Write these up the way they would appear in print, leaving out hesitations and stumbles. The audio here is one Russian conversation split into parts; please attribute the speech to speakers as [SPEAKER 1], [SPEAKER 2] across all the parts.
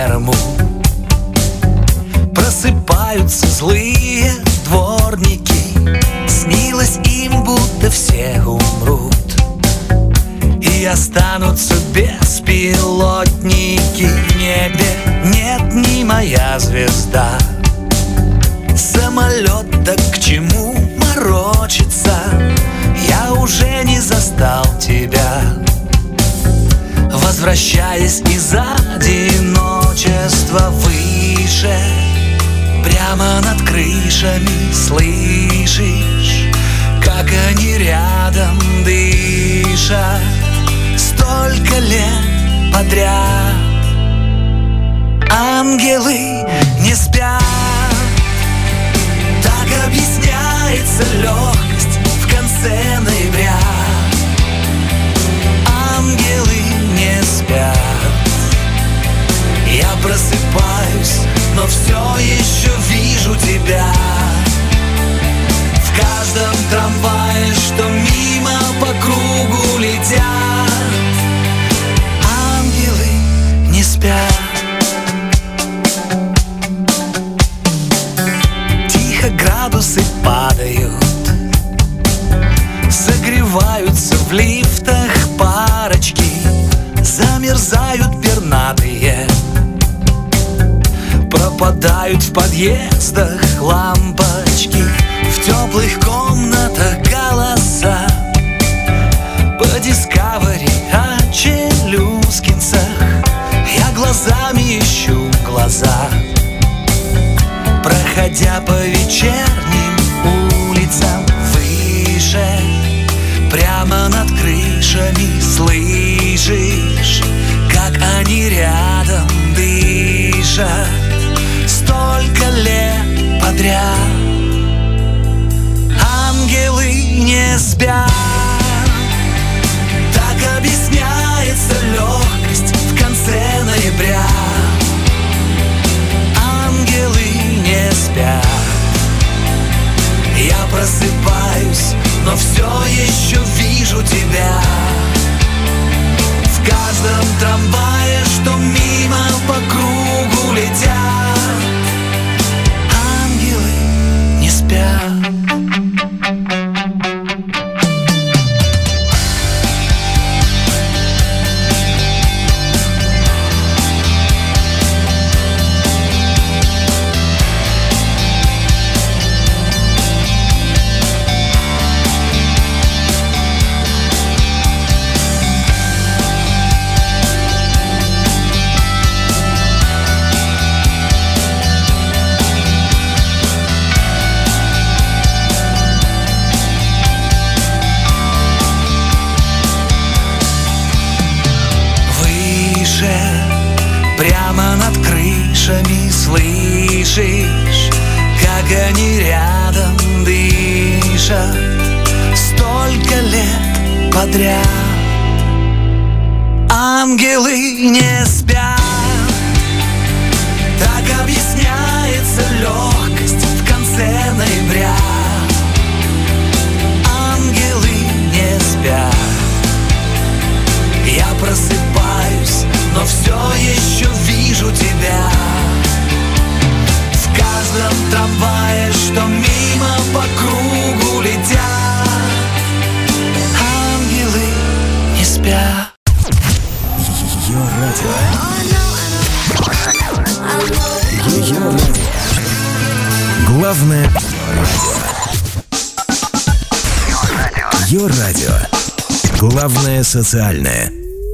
[SPEAKER 1] по-серому. Просыпаются злые дворники, снилось им, будто все умрут, и останутся беспилотники. В небе нет ни моя звезда. Самолет, так к чему морочиться? Я уже не застал тебя, возвращаясь из одиночества выше. Прямо над крышами слышишь, как они рядом дышат. Столько лет подряд ангелы не спят. Так объясняется легкость в конце ноября. Ангелы не спят. Я просыпаюсь, но все еще вижу тебя в каждом трамвае, что мимо по кругу летят. Ангелы не спят. Тихо градусы падают, согреваются в лифтах парочки, замерзают пернатые, пропадают в подъездах лампочки, в теплых комнатах голоса. По Discovery о челюскинцах я глазами ищу глаза, проходя по вечерним улицам выше. Прямо над крышами слышишь, как они рядом дышат. Столько лет подряд ангелы не спят. Так объясняется легкость в конце ноября. Ангелы не спят. Я просыпаюсь, но все еще вижу тебя в каждом трамвае, что мимо по кругу летят. Ангелы не спят. Прямо над крышами слышишь, как они рядом дышат. Столько лет подряд ангелы не спят. Так объясняется легкость в конце ноября. Ангелы не спят. Я просыпаюсь, но все еще вижу тебя в каждом трамвае, что мимо по кругу летят. Ангелы не спят.
[SPEAKER 2] Ее радио. Ее радио. Главное радио. Ее радио. Главное социальное.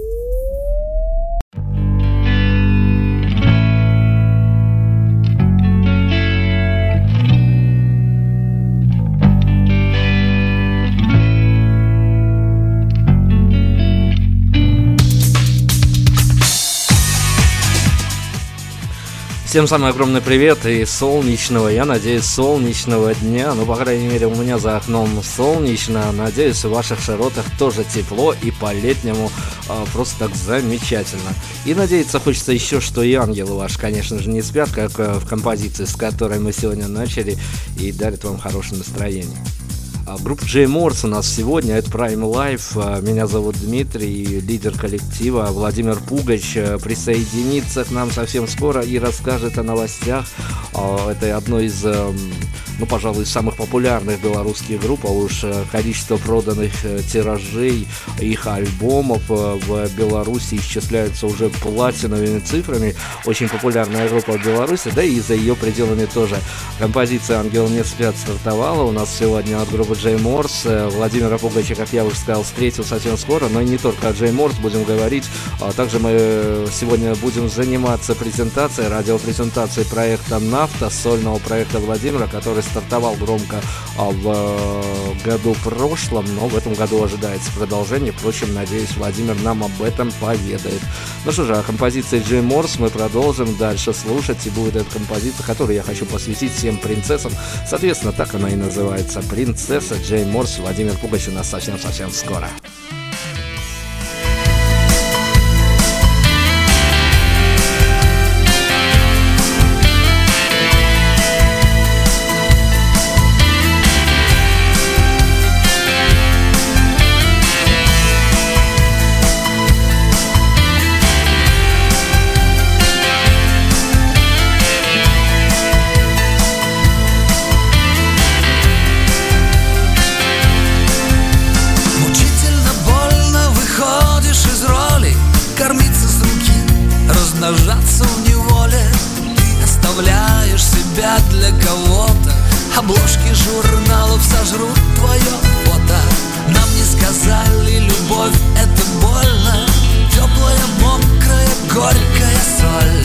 [SPEAKER 3] Всем самый огромный привет и солнечного, я надеюсь, солнечного дня. Ну, по крайней мере, у меня за окном солнечно. Надеюсь, в ваших широтах тоже тепло и по-летнему просто так замечательно. И надеяться хочется еще, что и ангелы ваши, конечно же, не спят, как в композиции, с которой мы сегодня начали, и дарят вам хорошее настроение. Группа Джей Морс у нас сегодня, это Prime Life. Меня зовут Дмитрий, лидер коллектива. Владимир Пугач присоединится к нам совсем скоро и расскажет о новостях. Это одной из, пожалуй, самых популярных белорусских групп, а уж количество проданных тиражей их альбомов в Беларуси исчисляются уже платиновыми цифрами. Очень популярная группа в Беларуси, да и за ее пределами тоже. Композиция «Ангелы не спят» стартовала у нас сегодня от группы Джей Морс. Владимира Пугача, как я уже сказал, встретил совсем скоро, но и не только о Джей Морс будем говорить. Также мы сегодня будем заниматься презентацией, радиопрезентацией проекта «Нафта», сольного проекта Владимира, который стартовал громко в году прошлом, но в этом году ожидается продолжение. Впрочем, надеюсь, Владимир нам об этом поведает. Ну что же, о композиции Джей Морс мы продолжим дальше слушать, и будет эта композиция, которую я хочу посвятить всем принцессам. Соответственно, так она и называется. «Принцесса» Джей Морс. Владимир Пугач у нас совсем-совсем скоро.
[SPEAKER 1] Размножаться в неволе. Ты оставляешь себя для кого-то. Обложки журналов сожрут твое фото. Нам не сказали, любовь это больно. Теплая, мокрая, горькая соль.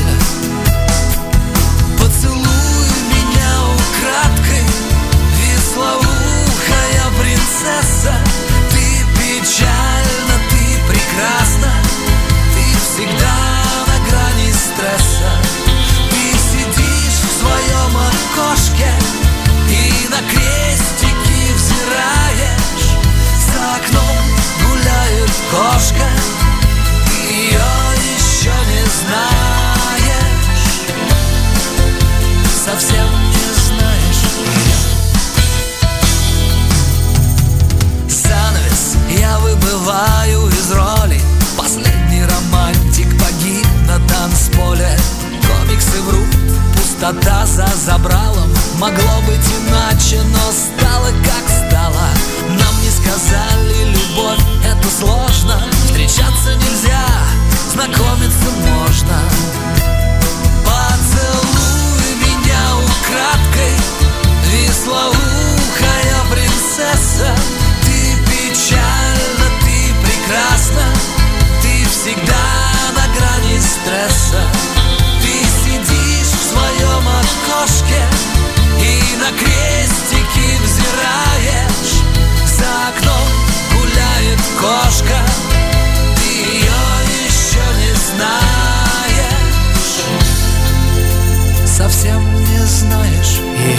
[SPEAKER 1] Поцелуй меня украдкой, вислоухая принцесса. Ты печальна, ты прекрасна, ты всегда стресса. Ты сидишь в своем окошке и на крестики взираешь. За окном гуляет кошка, ты ее еще не знаешь. Совсем не знаешь ее. Занавес, я выбываю из роли. Последний романтик погиб на танцполе. Комиксы врут, пустота за забралом. Могло быть иначе, но стало как стало. Нам не сказали, любовь это сложно. Встречаться нельзя, знакомиться можно. Поцелуй меня украдкой, вислоухая принцесса. Ты печальна, ты прекрасна, ты всегда на грани стресса. Ты сидишь в своем окошке и на крестики взираешь. За окном гуляет кошка, ты ее еще не знаешь. Совсем не знаешь ее.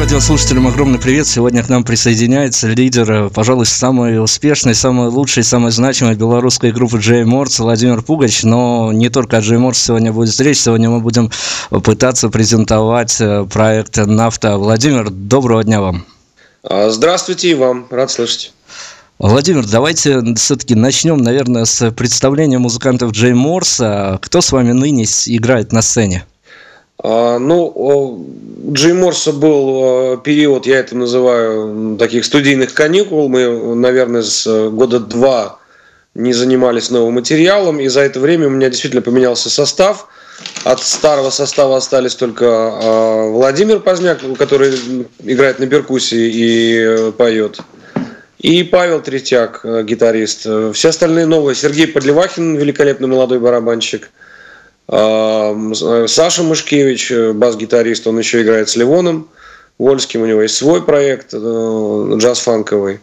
[SPEAKER 3] радиослушателям огромный привет. Сегодня к нам присоединяется лидер, пожалуй, самой успешной, самой лучшей, самой значимой белорусской группы J Morse Владимир Пугач. Но не только о J Morse сегодня будет речь. Сегодня мы будем пытаться презентовать проект «Нафта». Владимир, доброго дня вам.
[SPEAKER 4] Здравствуйте и вам. Рад слышать.
[SPEAKER 3] Владимир, давайте все-таки начнем, наверное, с представления музыкантов J Morse. Кто с вами ныне играет на сцене?
[SPEAKER 4] J Morse был период, я это называю, таких студийных каникул. Мы, наверное, с года 2 не занимались новым материалом, и за это время у меня действительно поменялся состав. От старого состава остались только Владимир Поздняк, который играет на перкуссии и поет, и Павел Третьяк, гитарист. Все остальные новые. Сергей Подливахин, великолепный молодой барабанщик. Саша Мышкевич, бас-гитарист, он еще играет с Левоном Вольским, у него есть свой проект джаз-фанковый.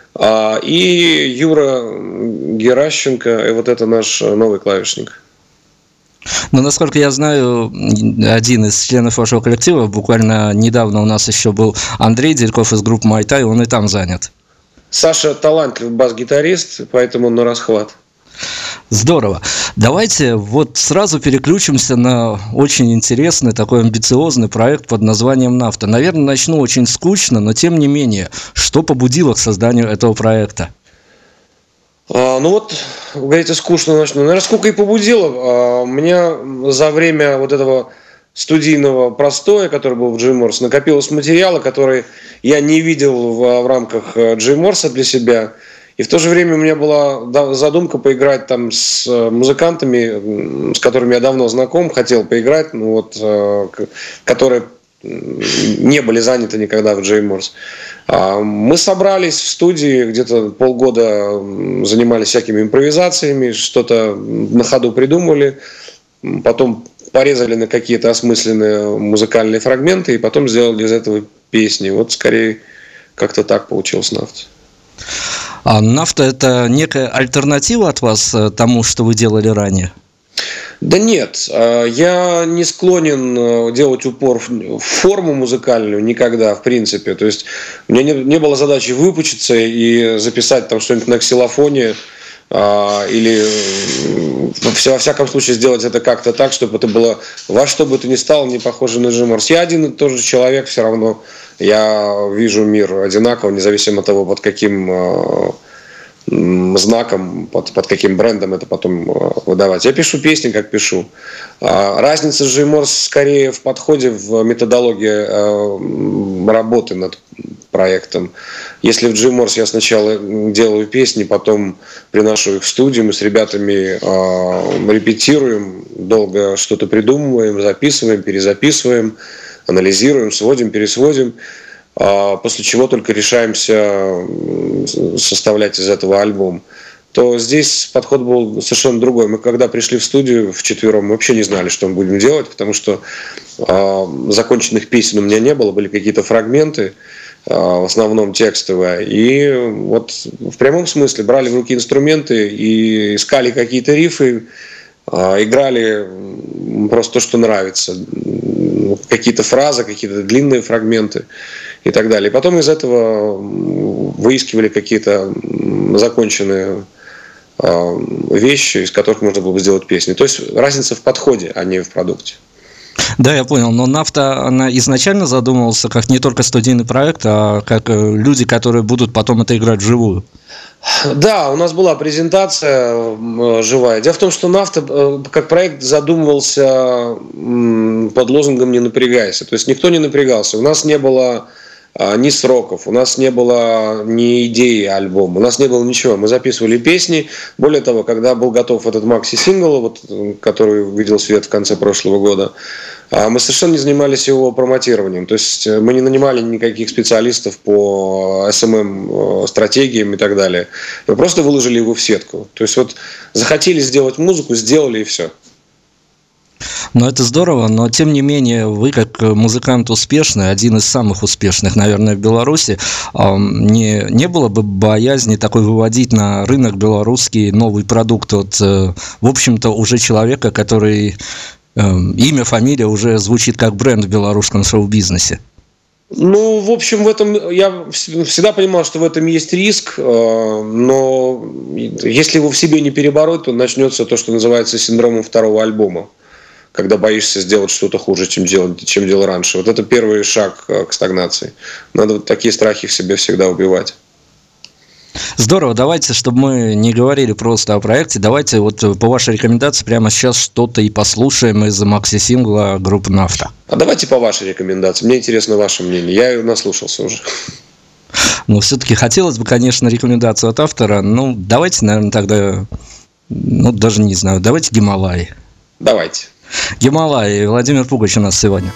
[SPEAKER 4] И Юра Геращенко, и вот это наш новый клавишник.
[SPEAKER 3] Ну, насколько я знаю, один из членов вашего коллектива, буквально недавно у нас еще был Андрей Дельков из группы Майтай, он и там занят. Саша
[SPEAKER 4] талантливый бас-гитарист, поэтому он на расхват.
[SPEAKER 3] Здорово. Давайте вот сразу переключимся на очень интересный, такой амбициозный проект под названием «Нафта». Наверное, начну очень скучно, но тем не менее, что побудило к созданию этого проекта?
[SPEAKER 4] Вы говорите, скучно начну. Наверное, сколько и побудило. Меня за время вот этого студийного простоя, который был в J Morse, накопилось материала, который я не видел в рамках J Morse для себя. И в то же время у меня была задумка поиграть там с музыкантами, с которыми я давно знаком, хотел поиграть, которые не были заняты никогда в J Morse. Мы собрались в студии, где-то полгода занимались всякими импровизациями, что-то на ходу придумали, потом порезали на какие-то осмысленные музыкальные фрагменты и потом сделали из этого песни. Вот скорее как-то так получилось «Нафта».
[SPEAKER 3] А «Нафта» — это некая альтернатива от вас тому, что вы делали ранее?
[SPEAKER 4] Да нет, я не склонен делать упор в форму музыкальную никогда, в принципе. То есть у меня не было задачи выпучиться и записать там что-нибудь на ксилофоне, или во всяком случае сделать это как-то так, чтобы это было во что бы то ни стало не похоже на J Morse. Я один и тот же человек, все равно я вижу мир одинаково, независимо от того, под каким знаком, под каким брендом это потом выдавать. Я пишу песни, как пишу. Разница с J Morse скорее в подходе, в методологии работы над проектом. Если в J Morse я сначала делаю песни, потом приношу их в студию, мы с ребятами репетируем, долго что-то придумываем, записываем, перезаписываем, анализируем, сводим, пересводим, после чего только решаемся составлять из этого альбом, то здесь подход был совершенно другой. Мы когда пришли в студию вчетвером, мы вообще не знали, что мы будем делать, потому что законченных песен у меня не было, были какие-то фрагменты, в основном текстовые. И вот в прямом смысле брали в руки инструменты и искали какие-то рифы, играли просто то, что нравится. Какие-то фразы, какие-то длинные фрагменты и так далее. И потом из этого выискивали какие-то законченные вещи, из которых можно было бы сделать песни. То есть разница в подходе, а не в продукте.
[SPEAKER 3] Да, я понял, но «Нафта», она изначально задумывался как не только студийный проект, а как люди, которые будут потом это играть вживую.
[SPEAKER 4] Да, у нас была презентация живая. Дело в том, что «Нафта» как проект задумывался под лозунгом «Не напрягайся». То есть никто не напрягался. У нас не было ни сроков, у нас не было ни идеи альбома, у нас не было ничего. Мы записывали песни. Более того, когда был готов этот макси-сингл, который увидел свет в конце прошлого года, мы совершенно не занимались его промотированием. То есть мы не нанимали никаких специалистов по SMM-стратегиям и так далее. Мы просто выложили его в сетку. То есть захотели сделать музыку, сделали и все.
[SPEAKER 3] Но это здорово, но тем не менее вы как музыкант успешный, один из самых успешных, наверное, в Беларуси, не было бы боязни такой выводить на рынок белорусский новый продукт от, в общем-то, уже человека, который имя, фамилия уже звучит как бренд в белорусском шоу-бизнесе?
[SPEAKER 4] Ну, в общем, в этом я всегда понимал, что в этом есть риск, но если его в себе не перебороть, то начнется то, что называется синдромом второго альбома, когда боишься сделать что-то хуже, чем делал раньше. Вот это первый шаг к стагнации. Надо вот такие страхи в себе всегда убивать.
[SPEAKER 3] Здорово, давайте, чтобы мы не говорили просто о проекте, давайте вот по вашей рекомендации прямо сейчас что-то и послушаем из макси-сингла группы «Нафта».
[SPEAKER 4] А давайте по вашей рекомендации, мне интересно ваше мнение, я наслушался уже.
[SPEAKER 3] Ну, все-таки хотелось бы, конечно, рекомендацию от автора, ну, давайте, наверное, тогда, ну, даже не знаю, давайте «Гималаи».
[SPEAKER 4] Давайте.
[SPEAKER 3] «Гималаи», Владимир Пугач у нас сегодня.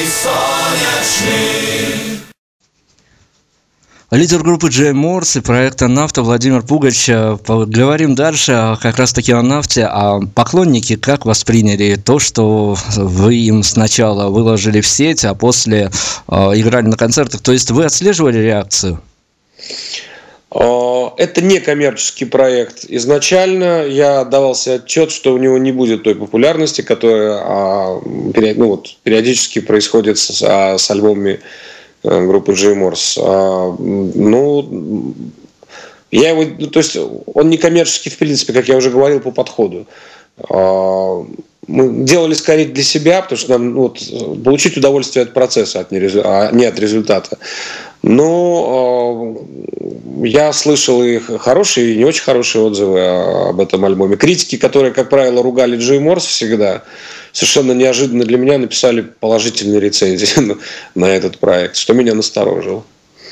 [SPEAKER 1] солнечный.
[SPEAKER 3] Лидер группы Джей Морс и проекта «Нафта» Владимир Пугач. Поговорим дальше как раз-таки о «Нафте». А поклонники как восприняли то, что вы им сначала выложили в сеть, а после играли на концертах? То есть вы отслеживали реакцию?
[SPEAKER 4] Это не коммерческий проект. Изначально я отдавал себе отчет, что у него не будет той популярности, которая периодически происходит с альбомами группы Джей Морс. То есть он не коммерческий в принципе, как я уже говорил, по подходу. Мы делали скорее для себя, потому что нам получить удовольствие от процесса, а не от результата. Но я слышал и хорошие, и не очень хорошие отзывы об этом альбоме. Критики, которые, как правило, ругали Джей Морс всегда, совершенно неожиданно для меня написали положительные рецензии на этот проект, что меня насторожило.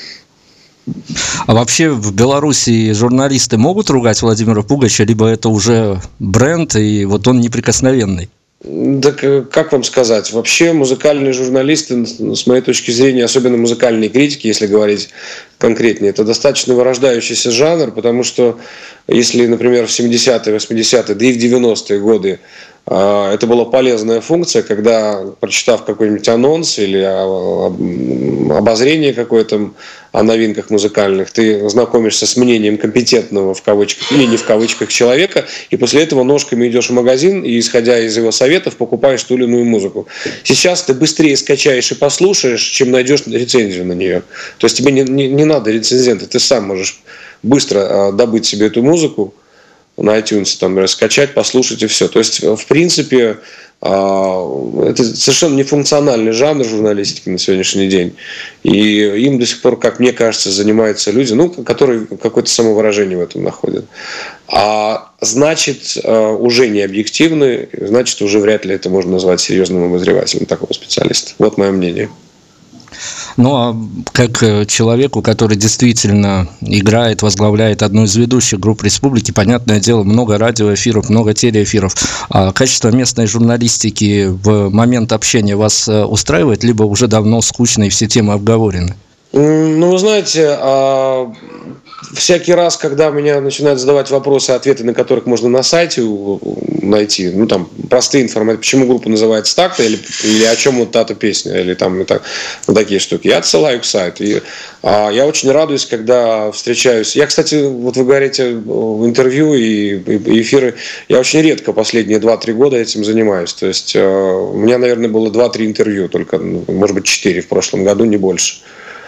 [SPEAKER 3] А вообще в Беларуси журналисты могут ругать Владимира Пугача, либо это уже бренд, и вот он неприкосновенный?
[SPEAKER 4] Так как вам сказать, вообще музыкальные журналисты, с моей точки зрения, особенно музыкальные критики, если говорить конкретнее, это достаточно вырождающийся жанр, потому что если, например, в 70-е, 80-е, да и в 90-е годы это была полезная функция, когда, прочитав какой-нибудь анонс или обозрение какое-то о новинках музыкальных, ты знакомишься с мнением компетентного, в кавычках, или не в кавычках, человека, и после этого ножками идешь в магазин и, исходя из его советов, покупаешь ту или иную музыку. Сейчас ты быстрее скачаешь и послушаешь, чем найдешь рецензию на нее. То есть тебе не надо рецензента, ты сам можешь быстро добыть себе эту музыку на iTunes, там, скачать, послушать и все. То есть, в принципе, это совершенно нефункциональный жанр журналистики на сегодняшний день. И им до сих пор, как мне кажется, занимаются люди, которые какое-то самовыражение в этом находят. А значит, уже не объективны, значит, уже вряд ли это можно назвать серьезным обозревателем такого специалиста. Вот мое мнение.
[SPEAKER 3] Ну, а как человеку, который действительно играет, возглавляет одну из ведущих групп республики, понятное дело, много радиоэфиров, много телеэфиров. А качество местной журналистики в момент общения вас устраивает, либо уже давно скучно и все темы обговорены?
[SPEAKER 4] Вы знаете, всякий раз, когда меня начинают задавать вопросы, ответы на которых можно на сайте найти, там простые информации, почему группа называется так-то, или о чем вот та-то песня, или там такие штуки, я отсылаю к сайту. И я очень радуюсь, когда встречаюсь. Я, кстати, вот вы говорите интервью и эфиры, я очень редко последние 2-3 года этим занимаюсь. То есть у меня, наверное, было 2-3 интервью, только, может быть, 4 в прошлом году, не больше.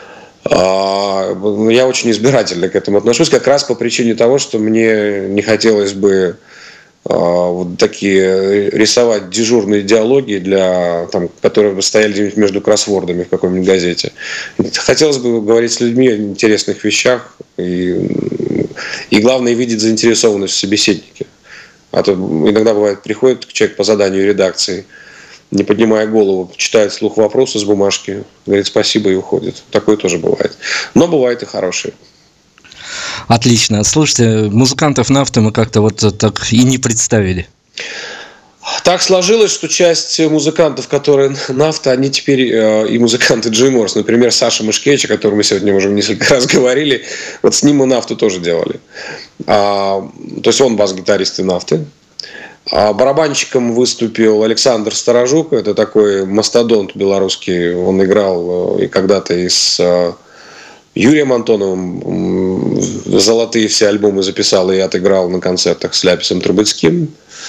[SPEAKER 4] Я очень избирательно к этому отношусь, как раз по причине того, что мне не хотелось бы вот такие рисовать дежурные диалоги, которые бы стояли между кроссвордами в какой-нибудь газете. Хотелось бы говорить с людьми о интересных вещах и главное, видеть заинтересованность в собеседнике. А то иногда бывает, приходит человек по заданию редакции, не поднимая голову, читает вслух вопросы с бумажки, говорит спасибо и уходит. Такое тоже бывает. Но бывает и хорошие.
[SPEAKER 3] Отлично. Слушайте, музыкантов «Нафты» мы как-то вот так и не представили.
[SPEAKER 4] Так сложилось, что часть музыкантов, которые «Нафта», они теперь и музыканты Джей Морс. Например, Саша Мышкевич, о котором мы сегодня уже несколько раз говорили, вот с ним мы «Нафту» тоже делали. То есть он бас-гитарист и «Нафты». Барабанщиком выступил Александр Сторожук, это такой мастодонт белорусский, он играл и когда-то и с Юрием Антоновым, золотые все альбомы записал и отыграл на концертах с Ляписом Трубецким.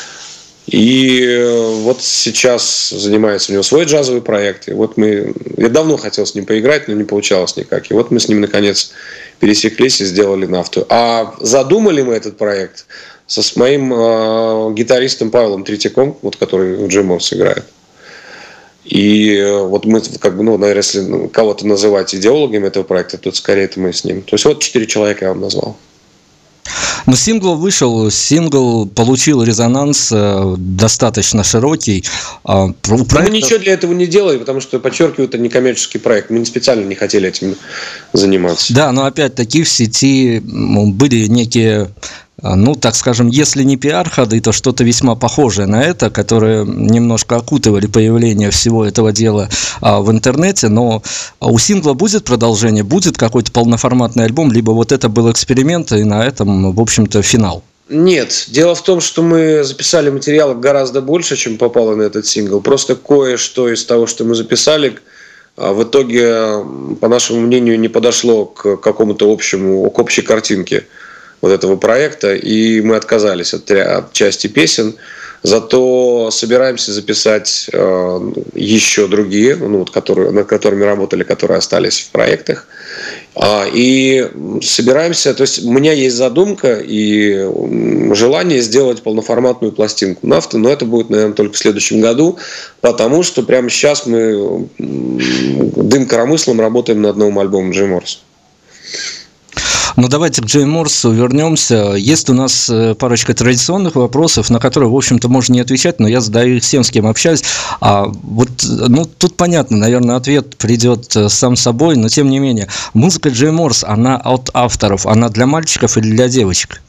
[SPEAKER 4] И вот сейчас занимается у него свой джазовый проект. И вот я давно хотел с ним поиграть, но не получалось никак. И вот мы с ним наконец пересеклись и сделали «Нафту». А задумали мы этот проект с моим гитаристом Павлом Третьяком, вот, который в Джей Морс играет. И вот мы, наверное, если кого-то называть идеологами этого проекта, то скорее это мы с ним. То есть вот 4 человека я вам назвал.
[SPEAKER 3] Но сингл получил резонанс достаточно широкий.
[SPEAKER 4] Мы ничего для этого не делали, потому что, подчеркиваю, это не коммерческий проект. Мы специально не хотели этим заниматься.
[SPEAKER 3] Да, но опять-таки в сети были некие ну, так скажем, если не пиар-ходы, то что-то весьма похожее на это, которое немножко окутывали появление всего этого дела в интернете, но у сингла будет продолжение, будет какой-то полноформатный альбом, либо вот это был эксперимент, и на этом, в общем-то, финал? Нет,
[SPEAKER 4] дело в том, что мы записали материала гораздо больше, чем попало на этот сингл. Просто кое-что из того, что мы записали, в итоге, по нашему мнению, не подошло к какому-то к общей картинке вот этого проекта, и мы отказались от части песен. Зато собираемся записать еще другие, над которыми работали, которые остались в проектах. И собираемся, то есть у меня есть задумка и желание сделать полноформатную пластинку нафты, но это будет, наверное, только в следующем году, потому что прямо сейчас мы дым коромыслом работаем над новым альбомом Джей Морс.
[SPEAKER 3] Ну, давайте к Джей Морсу вернемся. Есть у нас парочка традиционных вопросов, на которые, в общем-то, можно не отвечать, но я задаю их всем, с кем общаюсь. Тут понятно, наверное, ответ придет сам собой, но тем не менее. Музыка Джей Морс, она от авторов, она для мальчиков или для девочек?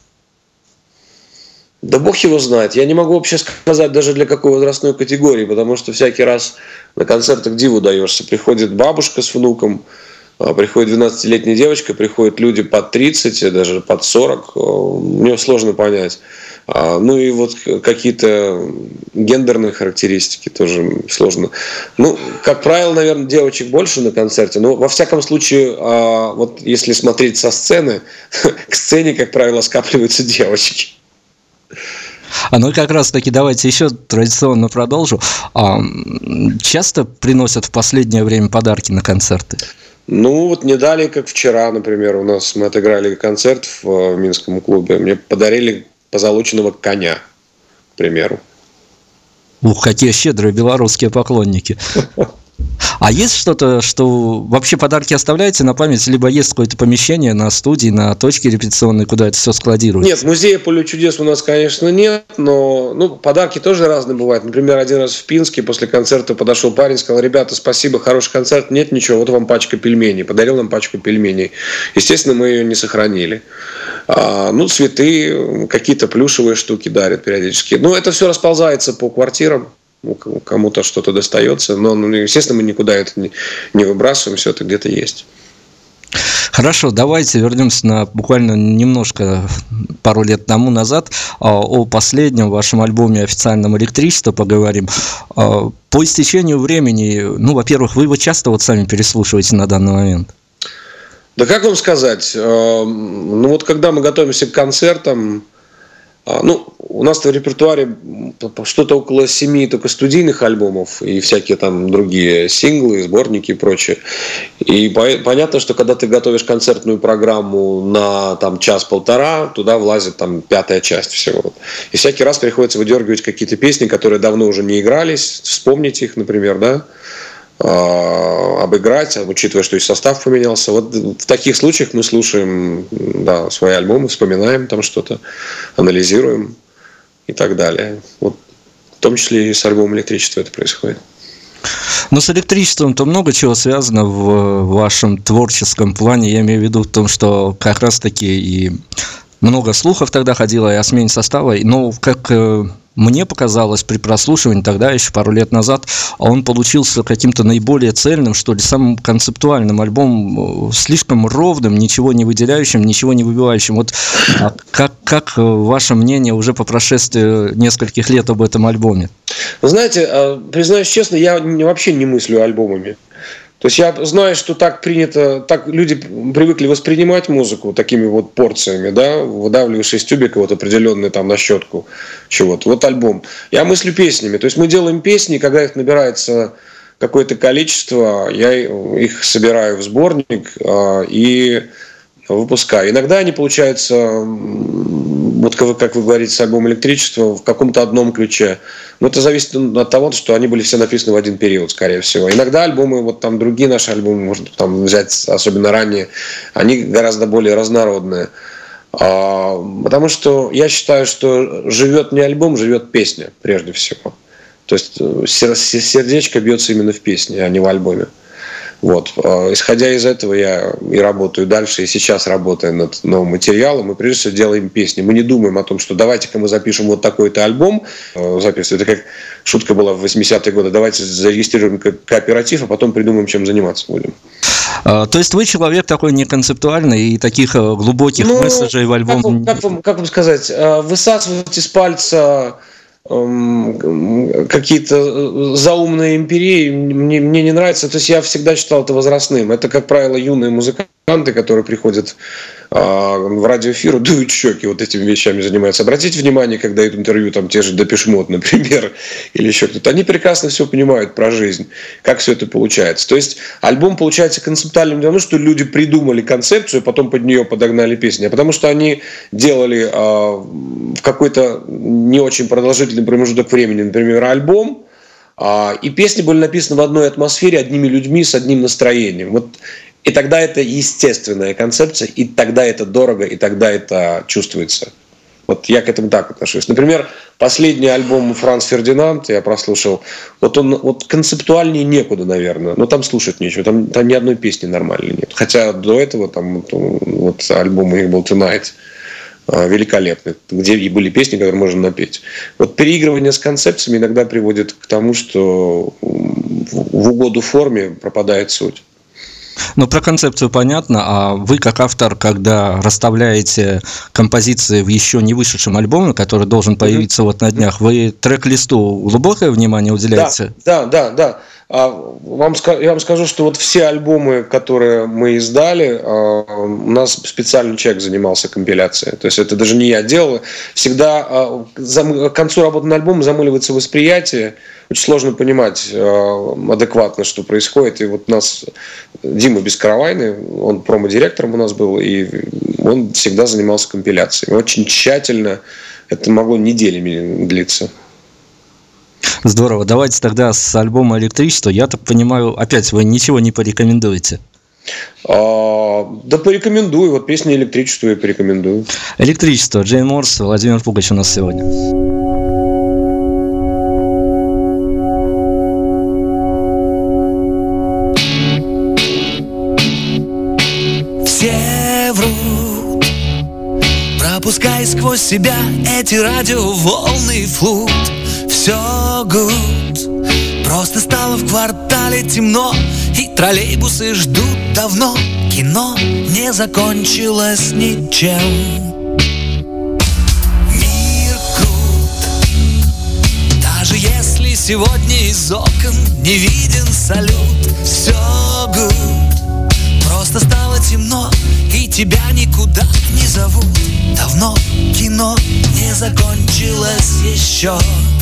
[SPEAKER 4] Да бог его знает. Я не могу вообще сказать даже для какой возрастной категории, потому что всякий раз на концертах диву даешься. Приходит бабушка с внуком, приходит 12-летняя девочка, приходят люди под 30, даже под 40. Мне сложно понять. Ну и вот какие-то гендерные характеристики тоже сложно. Ну, как правило, наверное, девочек больше на концерте. Но во всяком случае, вот если смотреть со сцены, к сцене, как правило, скапливаются девочки.
[SPEAKER 3] Ну и как раз таки давайте еще традиционно продолжу. Часто приносят в последнее время подарки на концерты?
[SPEAKER 4] Ну, вот не далее, как вчера, например, мы отыграли концерт в Минском клубе. Мне подарили позолоченного коня, к примеру.
[SPEAKER 3] Ух, какие щедрые белорусские поклонники. А есть что-то, что вообще подарки оставляете на память, либо есть какое-то помещение на студии, на точке репетиционной, куда это все складируется?
[SPEAKER 4] Нет, музея «Поле чудес» у нас, конечно, нет, но подарки тоже разные бывают. Например, один раз в Пинске после концерта подошел парень, сказал: ребята, спасибо, хороший концерт, нет ничего, вот вам пачка пельменей. Подарил нам пачку пельменей. Естественно, мы ее не сохранили. Цветы, какие-то плюшевые штуки дарят периодически. Это все расползается по квартирам. Кому-то что-то достается, но, естественно, мы никуда это не выбрасываем, все это где-то есть.
[SPEAKER 3] Хорошо, давайте вернемся на буквально немножко пару лет тому назад, о последнем вашем альбоме официальном «Электричество» поговорим. По истечению времени, во-первых, вы его часто сами переслушиваете на данный момент?
[SPEAKER 4] Да как вам сказать, когда мы готовимся к концертам, у нас в репертуаре что-то около 7 только студийных альбомов и всякие там другие синглы, сборники и прочее. И понятно, что когда ты готовишь концертную программу на час-полтора, туда влазит 5-я часть всего. И всякий раз приходится выдергивать какие-то песни, которые давно уже не игрались, вспомнить их, например, да, обыграть, учитывая, что и состав поменялся. Вот в таких случаях мы слушаем свои альбомы, вспоминаем там что-то, анализируем и так далее. Вот в том числе и с альбомом «Электричество» это происходит.
[SPEAKER 3] Но с электричеством-то много чего связано в вашем творческом плане. Я имею в виду в том, что как раз-таки и много слухов тогда ходило и о смене состава. Но как мне показалось при прослушивании тогда, еще пару лет назад, он получился каким-то наиболее цельным, что ли, самым концептуальным альбомом, слишком ровным, ничего не выделяющим, ничего не выбивающим. Вот как ваше мнение уже по прошествии нескольких лет об этом альбоме?
[SPEAKER 4] Вы знаете, признаюсь честно, я вообще не мыслю альбомами. То есть я знаю, что так принято, так люди привыкли воспринимать музыку такими порциями, да, выдавливаешь из тюбика определенную на щетку чего-то. Вот альбом. Я мыслю песнями. То есть мы делаем песни, когда их набирается какое-то количество, я их собираю в сборник и выпускаю. Иногда они получаются, как вы говорите, с альбомом «Электричество» в каком-то одном ключе. Но это зависит от того, что они были все написаны в один период, скорее всего. Иногда альбомы, другие наши альбомы, можно взять, особенно ранние, они гораздо более разнородные. Потому что я считаю, что живет не альбом, живет песня, прежде всего. То есть сердечко бьется именно в песне, а не в альбоме. Вот. Исходя из этого я и работаю дальше, и сейчас работаю над новым материалом, и прежде всего делаем песни. Мы не думаем о том, что давайте-ка мы запишем вот такой-то альбом. Это как шутка была в 80-е годы. Давайте зарегистрируем кооператив, а потом придумаем, чем заниматься будем.
[SPEAKER 3] То есть вы человек такой неконцептуальный и таких глубоких месседжей в альбом...
[SPEAKER 4] Как вам сказать, высасывать из пальца какие-то заумные империи мне не нравится. То есть я всегда считал это возрастным. Это, как правило, юные музыканты, которые приходят в радиоэфир, дуют щеки, вот этими вещами занимаются. Обратите внимание, когда идут интервью, там те же Депеш Мод, например, или еще кто-то. Они прекрасно все понимают про жизнь, как все это получается. То есть альбом получается концептуальным не потому, что люди придумали концепцию, потом под нее подогнали песни, а потому что они делали в какой-то не очень продолжительный промежуток времени, например, альбом, и песни были написаны в одной атмосфере, одними людьми, с одним настроением. Вот. И тогда это естественная концепция, и тогда это дорого, и тогда это чувствуется. Вот я к этому так отношусь. Например, последний альбом Франц Фердинанд я прослушал. Вот концептуальнее некуда, наверное. Но там слушать нечего. Там ни одной песни нормальной нет. Хотя до этого там альбом у них был Tonight великолепный, где и были песни, которые можно напеть. Вот переигрывание с концепциями иногда приводит к тому, что в угоду форме пропадает суть.
[SPEAKER 3] Ну, про концепцию понятно, а вы как автор, когда расставляете композиции в еще не вышедшем альбоме, который должен появиться вот на днях, вы трек-листу глубокое внимание уделяете?
[SPEAKER 4] Да. Я вам скажу, что вот все альбомы, которые мы издали, у нас специальный человек занимался компиляцией. То есть это даже не я делал. Всегда к концу работы над альбомом замыливается восприятие. Очень сложно понимать адекватно, что происходит. И вот у нас Дима Бескаравайный, он промо-директором у нас был, и он всегда занимался компиляцией. Очень тщательно. Это могло неделями длиться.
[SPEAKER 3] Здорово. Давайте тогда с альбома «Электричество». Я так понимаю, опять вы ничего не порекомендуете?
[SPEAKER 4] Да порекомендую. Вот песня «Электричество» я порекомендую.
[SPEAKER 3] «Электричество». Джейн Морс, Владимир Пугач у нас сегодня.
[SPEAKER 1] Все врут, пропускай сквозь себя эти радиоволны флут. Все good, просто стало в квартале темно, и троллейбусы ждут давно. Кино не закончилось ничем. Мир крут, даже если сегодня из окон не виден салют. Все good, просто стало темно, и тебя никуда не зовут. Давно кино не закончилось еще.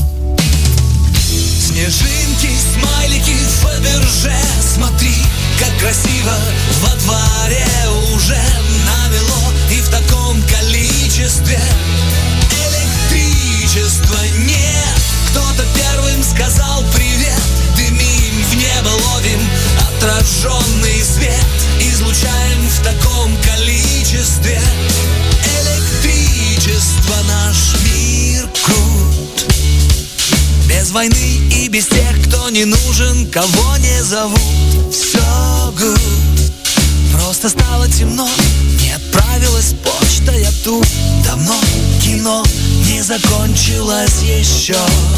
[SPEAKER 1] Снежинки, смайлики, Фаберже. Смотри, как красиво во дворе уже намело, и в таком количестве электричества нет. Кто-то первым сказал привет, дымим в небо, ловим отраженный свет, излучаем в таком количестве электричество. Наш мир крут, без войны и без тех, кто не нужен, кого не зовут. Все good, просто стало темно, не отправилась почта, я тут давно. Кино не закончилось еще.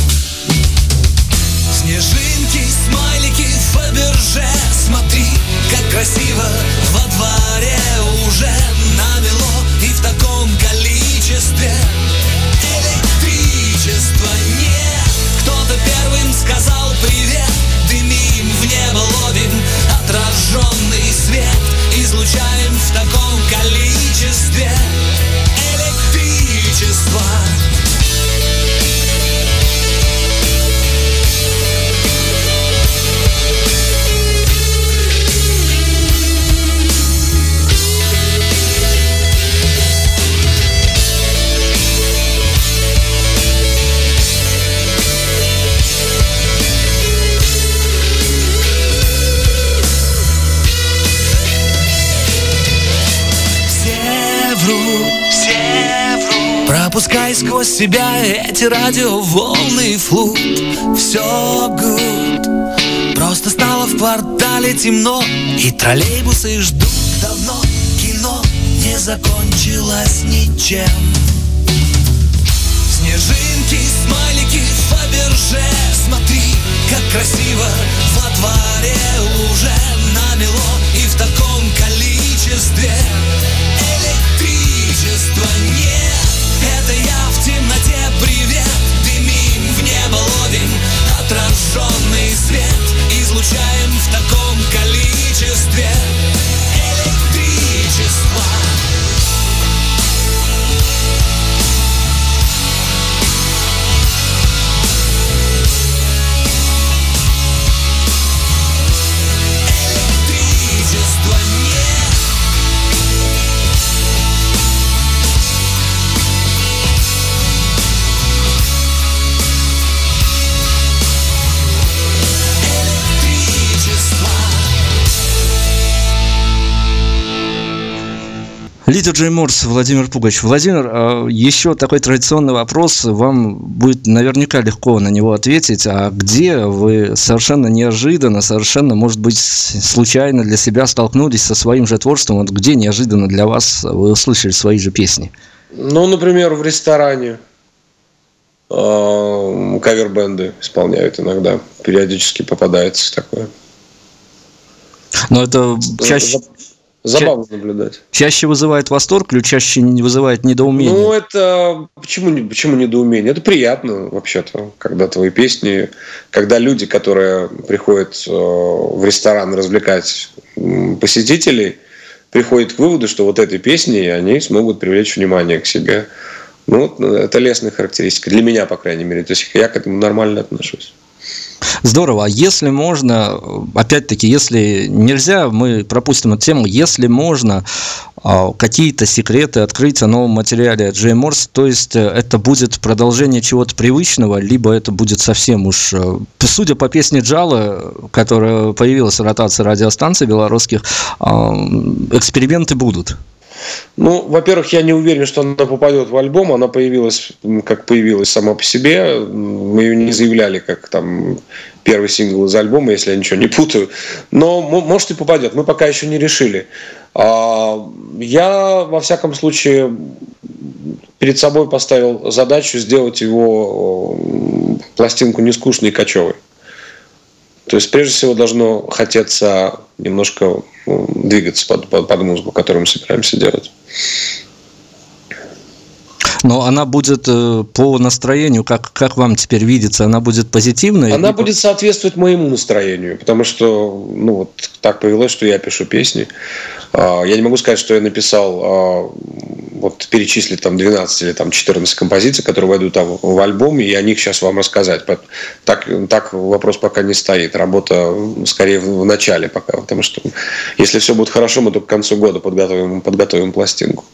[SPEAKER 1] Снежинки, смайлики, Фаберже. Смотри, как красиво во дворе уже намело, и в таком количестве электричества нет. Кто-то первым сказал привет, дымим в небо, ловим отраженный свет, излучаем в таком количестве электричество. Пропускай сквозь себя эти радиоволны флут. Все good, Просто стало в квартале темно, и троллейбусы ждут давно. Кино не закончилось ничем. Снежинки, смайлики, Фаберже. Смотри, как красиво во дворе уже намело, и в таком количестве электричества нет. Это я в темноте, привет, дымим, в небо ловим отраженный свет, излучаем в таком количестве электричество. Электричества нет.
[SPEAKER 3] Лидер Джей Морс, Владимир Пугач. Владимир, еще такой традиционный вопрос. Вам будет наверняка легко на него ответить. А где вы совершенно неожиданно, совершенно, может быть, случайно для себя столкнулись со своим же творчеством? Вот где неожиданно для вас вы услышали свои же песни?
[SPEAKER 4] Ну, например, в ресторане. Кавер-бенды исполняют иногда. Периодически попадается такое.
[SPEAKER 3] Но это чаще...
[SPEAKER 4] Забавно наблюдать.
[SPEAKER 3] Чаще вызывает восторг или чаще не вызывает недоумение? Ну,
[SPEAKER 4] это... Почему недоумение? Это приятно, вообще-то, когда твои песни... Когда люди, которые приходят в ресторан развлекать посетителей, приходят к выводу, что вот этой песней они смогут привлечь внимание к себе. Ну, это лестная характеристика. Для меня, по крайней мере. То есть я к этому нормально отношусь.
[SPEAKER 3] Здорово. Если можно, опять-таки, если нельзя, мы пропустим эту тему. Если можно какие-то секреты открыть о новом материале Джей Морс, то есть это будет продолжение чего-то привычного, либо это будет совсем уж... Судя по песне Джала, которая появилась в ротации радиостанций белорусских, эксперименты будут.
[SPEAKER 4] Ну, во-первых, я не уверен, что она попадет в альбом. Она появилась, как появилась сама по себе. Мы ее не заявляли как там первый сингл из альбома, если я ничего не путаю. Но может и попадет. Мы пока еще не решили. Я, во всяком случае, перед собой поставил задачу сделать его пластинку не скучной и кочевой. То есть, прежде всего, должно хотеться немножко двигаться под музыку, которую мы собираемся делать.
[SPEAKER 3] Но она будет по настроению, как вам теперь видится, она будет позитивной?
[SPEAKER 4] Она будет соответствовать моему настроению, потому что, вот так повелось, что я пишу песни. Я не могу сказать, что я написал, перечислить там 12 или там 14 композиций, которые войдут там в альбом, и о них сейчас вам рассказать. Так вопрос пока не стоит. Работа скорее в начале пока, потому что если все будет хорошо, мы только к концу года подготовим пластинку.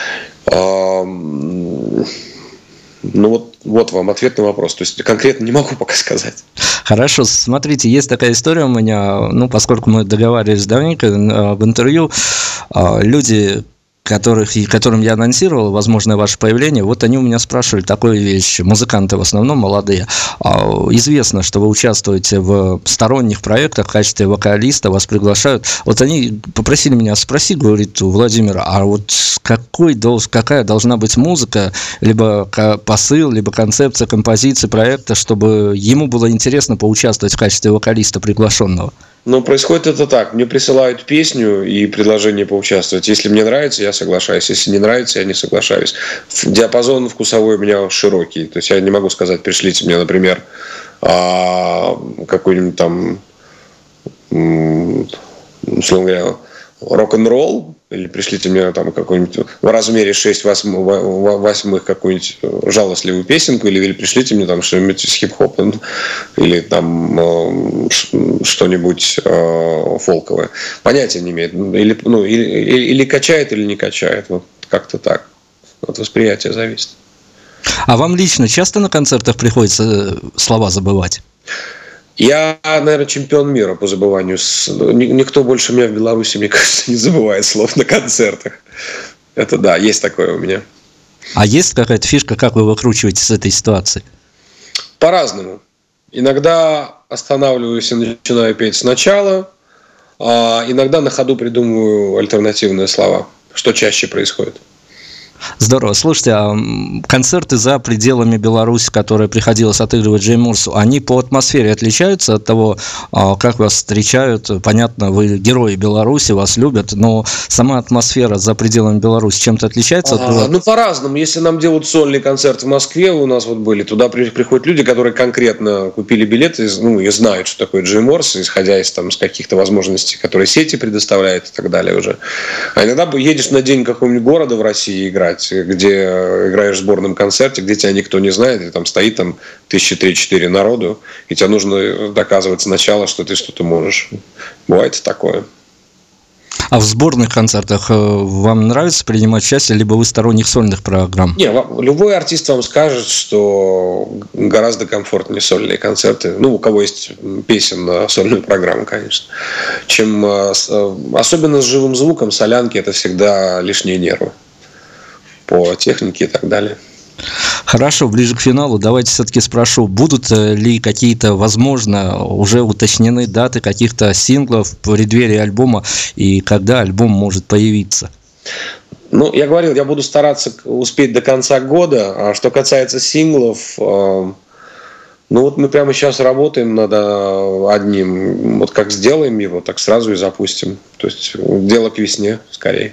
[SPEAKER 4] Вот вам ответ на вопрос. То есть конкретно не могу пока сказать.
[SPEAKER 3] Хорошо, смотрите, есть такая история у меня, поскольку мы договаривались давненько в интервью, люди, которым я анонсировал возможное ваше появление, вот они у меня спрашивали такую вещь, музыканты в основном молодые. Известно, что вы участвуете в сторонних проектах в качестве вокалиста, вас приглашают. Вот они попросили меня спросить, говорит, у Владимира, а вот какая должна быть музыка, либо посыл, либо концепция композиции проекта, чтобы ему было интересно поучаствовать в качестве вокалиста приглашенного?
[SPEAKER 4] Происходит это так. Мне присылают песню и предложение поучаствовать. Если мне нравится, я соглашаюсь. Если не нравится, я не соглашаюсь. Диапазон вкусовой у меня широкий. То есть я не могу сказать, пришлите мне, например, какой-нибудь там, условно говоря, рок-н-ролл, или пришлите мне там какой-нибудь в размере 6/8 какую-нибудь жалостливую песенку, или пришлите мне там что-нибудь из хип-хопа, или там что-нибудь фолковое. Понятия не имеет. Или качает, или не качает. Вот как-то так. От восприятия зависит.
[SPEAKER 3] А вам лично часто на концертах приходится слова забывать?
[SPEAKER 4] Я, наверное, чемпион мира по забыванию. Никто больше меня в Беларуси, мне кажется, не забывает слов на концертах. Это да, есть такое у меня.
[SPEAKER 3] А есть какая-то фишка, как вы выкручиваетесь с этой ситуации?
[SPEAKER 4] По-разному. Иногда останавливаюсь и начинаю петь сначала, а иногда на ходу придумываю альтернативные слова, что чаще происходит.
[SPEAKER 3] Здорово. Слушайте, а концерты за пределами Беларуси, которые приходилось отыгрывать Джей Морсу, они по атмосфере отличаются от того, как вас встречают? Понятно, вы герои Беларуси, вас любят, но сама атмосфера за пределами Беларуси чем-то отличается от Беларуси?
[SPEAKER 4] Ну, по-разному. Если нам делают сольный концерт в Москве, у нас вот были, туда приходят люди, которые конкретно купили билеты, и знают, что такое Джей Морс, исходя из каких-то возможностей, которые сети предоставляют и так далее уже. А иногда едешь на день какого-нибудь города в России играть, где играешь в сборном концерте, где тебя никто не знает, и там стоит 3-4 народу, и тебе нужно доказывать сначала, что ты что-то можешь. Бывает такое.
[SPEAKER 3] А в сборных концертах вам нравится принимать участие, либо вы сторонник сольных программ?
[SPEAKER 4] Не, любой артист вам скажет, что гораздо комфортнее сольные концерты, у кого есть песен на сольную программу, конечно, чем особенно с живым звуком, солянки, это всегда лишние нервы по технике и так далее.
[SPEAKER 3] Хорошо, ближе к финалу давайте все-таки спрошу, будут ли какие-то, возможно, уже уточнены даты каких-то синглов в преддверии альбома и когда альбом может появиться?
[SPEAKER 4] Я говорил, я буду стараться успеть до конца года. А что касается синглов, мы прямо сейчас работаем над одним. Вот как сделаем его, так сразу и запустим. То есть дело к весне скорее.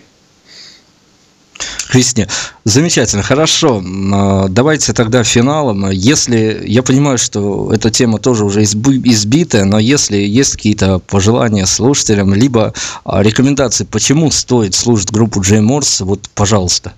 [SPEAKER 3] К весне. Замечательно, хорошо. Давайте тогда финалом. Если, я понимаю, что эта тема тоже уже избитая, но если есть какие-то пожелания слушателям, либо рекомендации, почему стоит слушать группу Джей Морс, вот, пожалуйста.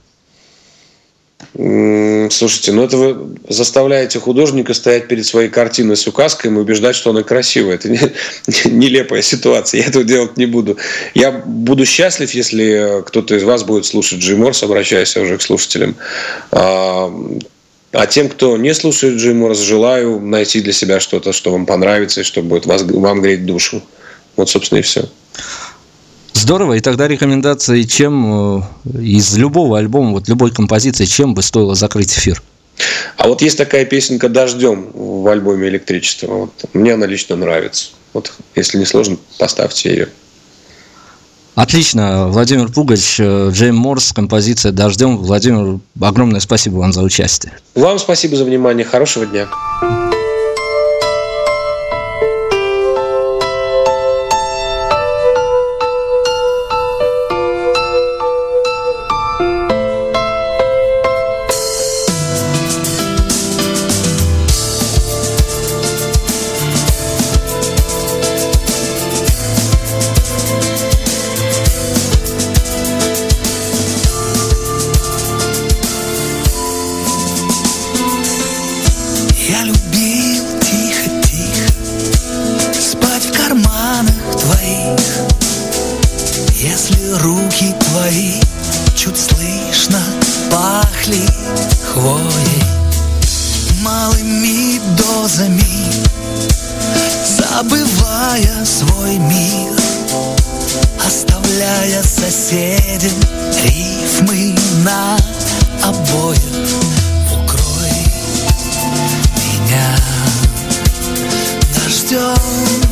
[SPEAKER 4] Слушайте, это вы заставляете художника стоять перед своей картиной с указкой и убеждать, что она красивая. Это нелепая ситуация, я этого делать не буду. Я буду счастлив, если кто-то из вас будет слушать Джей Морс, обращаясь уже к слушателям. А тем, кто не слушает Джей Морс, желаю найти для себя что-то, что вам понравится и что будет вам греть душу. Вот, собственно, и все.
[SPEAKER 3] Здорово, и тогда рекомендации, чем из любого альбома, любой композиции, чем бы стоило закрыть эфир?
[SPEAKER 4] А вот есть такая песенка «Дождем» в альбоме «Электричество». Мне она лично нравится. Если не сложно, поставьте ее.
[SPEAKER 3] Отлично, Владимир Пугач, Джей Морс, композиция «Дождем». Владимир, огромное спасибо вам за участие.
[SPEAKER 4] Вам спасибо за внимание, хорошего дня.
[SPEAKER 1] Я любил тихо-тихо спать в карманах твоих, если руки твои чуть слышно пахли хвоей, малыми дозами, забывая свой мир, оставляя соседям рифмы на обоях. Дождем,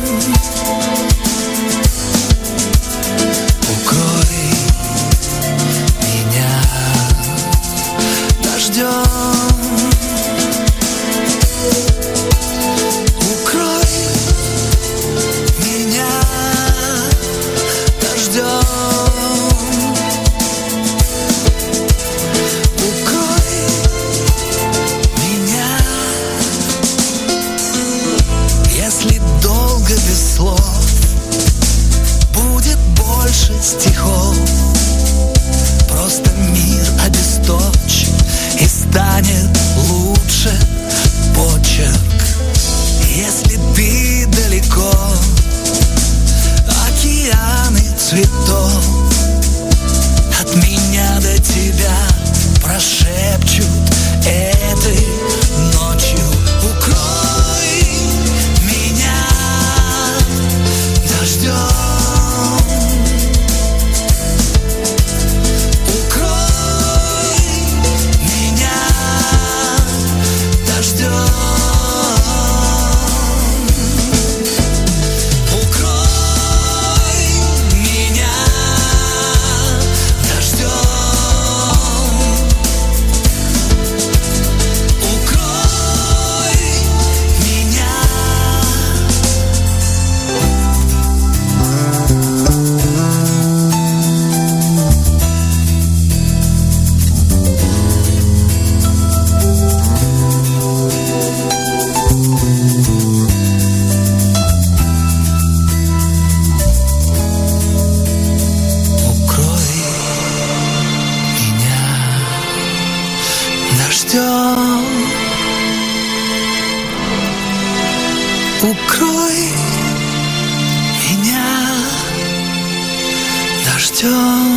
[SPEAKER 1] укрой меня дождем, укрой меня дождем, укрой меня. Если долго укрой меня дождем.